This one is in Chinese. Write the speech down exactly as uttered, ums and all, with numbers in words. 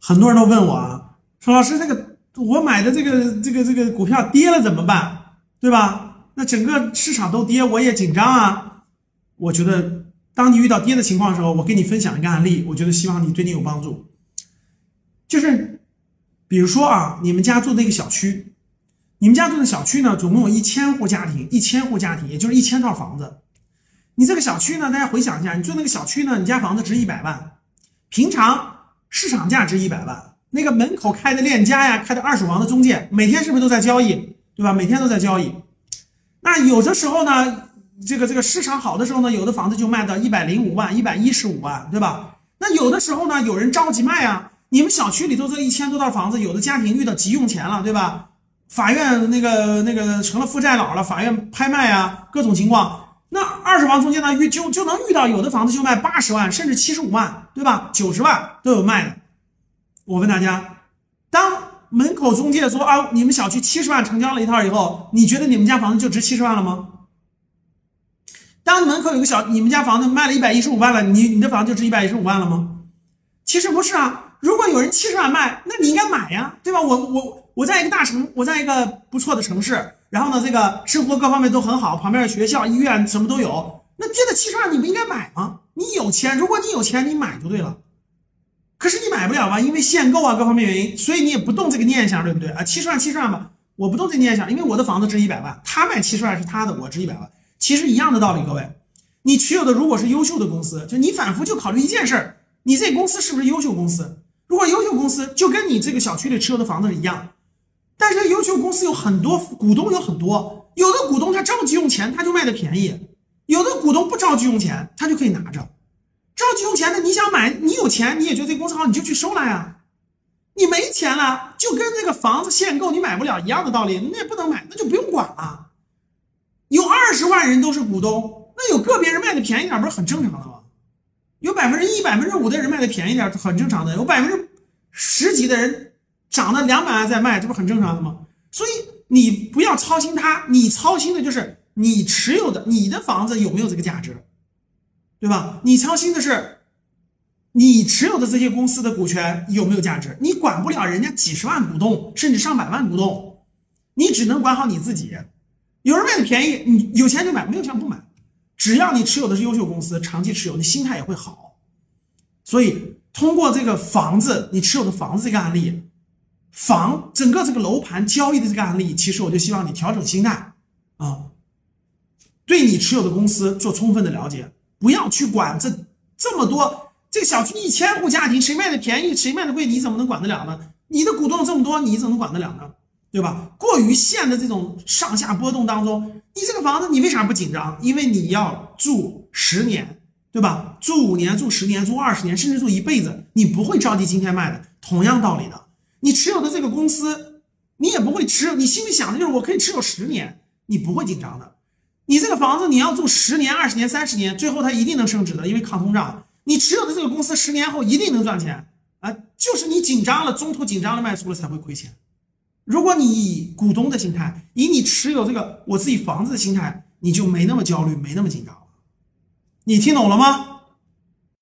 很多人都问我啊，说老师，这个我买的这个这个这个股票跌了怎么办？对吧？那整个市场都跌，我也紧张啊。我觉得，当你遇到跌的情况的时候，我跟你分享一个案例，我觉得希望你对你有帮助。就是，比如说啊，你们家住那个小区，你们家住的小区呢，总共有一千户家庭，一千户家庭，也就是一千套房子。你这个小区呢，大家回想一下，你住那个小区呢，你家房子值一百万，平常市场价值一百万，那个门口开的链家呀，开的二手房的中介，每天是不是都在交易，对吧？每天都在交易。那有的时候呢，这个这个市场好的时候呢，有的房子就卖到一百零五万、一百一十五万，对吧？那有的时候呢，有人着急卖啊。你们小区里头这一千多套房子，有的家庭遇到急用钱了，对吧？法院那个那个成了负债佬了，法院拍卖啊，各种情况。那二手房中介呢，遇就就能遇到有的房子就卖八十万，甚至七十五万，对吧？九十万都有卖的。我问大家，当门口中介说啊，你们小区七十万成交了一套以后，你觉得你们家房子就值七十万了吗？当门口有个小你们家房子卖了一百一十五万了，你你的房子就值一百一十五万了吗？其实不是啊。如果有人七十万卖，那你应该买呀，对吧？我我我在一个大城，我在一个不错的城市，然后呢，这个生活各方面都很好，旁边的学校、医院什么都有，那跌的七十万你不应该买吗？你有钱，如果你有钱，你买就对了。可是你买不了吧，因为限购啊，各方面原因，所以你也不动这个念想，对不对啊？七十万七十万吧，我不动这个念想，因为我的房子值一百万，他卖七十万是他的，我值一百万，其实一样的道理，各位。你持有的如果是优秀的公司，就你反复就考虑一件事，你这公司是不是优秀公司？如果优秀公司就跟你这个小区里持有的房子一样，但是优秀公司有很多股东，有很多，有的股东他着急用钱，他就卖的便宜；有的股东不着急用钱，他就可以拿着。着急用钱的，你想买，你有钱，你也觉得这个公司好，你就去收了呀。你没钱了，就跟这个房子限购你买不了一样的道理，那也不能买，那就不用管了。有二十万人都是股东，那有个别人卖的便宜点，不是很正常的吗？有百分之一、百分之五的人卖的便宜点，很正常的；有百分之十几的人涨了两百万再卖，这不很正常的吗？所以你不要操心它，你操心的就是你持有的你的房子有没有这个价值，对吧？你操心的是你持有的这些公司的股权有没有价值，你管不了人家几十万股东，甚至上百万股东，你只能管好你自己。有人卖的便宜，你有钱就买，没有钱不买。只要你持有的是优秀公司，长期持有，你心态也会好。所以通过这个房子，你持有的房子这个案例，房整个这个楼盘交易的这个案例，其实我就希望你调整心态啊，对你持有的公司做充分的了解，不要去管这这么多。这个小区一千户家庭，谁卖的便宜，谁卖的贵，你怎么能管得了呢？你的股东这么多，你怎么能管得了呢？对吧？过于线的这种上下波动当中，你这个房子你为啥不紧张？因为你要住十年，对吧？住五年、住十年、住二十年，甚至住一辈子，你不会着急今天卖的。同样道理的，你持有的这个公司，你也不会持有，你心里想的就是我可以持有十年，你不会紧张的。你这个房子你要住十年、二十年、三十年，最后它一定能升值的，因为抗通胀。你持有的这个公司十年后一定能赚钱啊，就是你紧张了，中途紧张了卖出了才会亏钱。如果你以股东的心态，以你持有这个我自己房子的心态，你就没那么焦虑，没那么紧张了。你听懂了吗？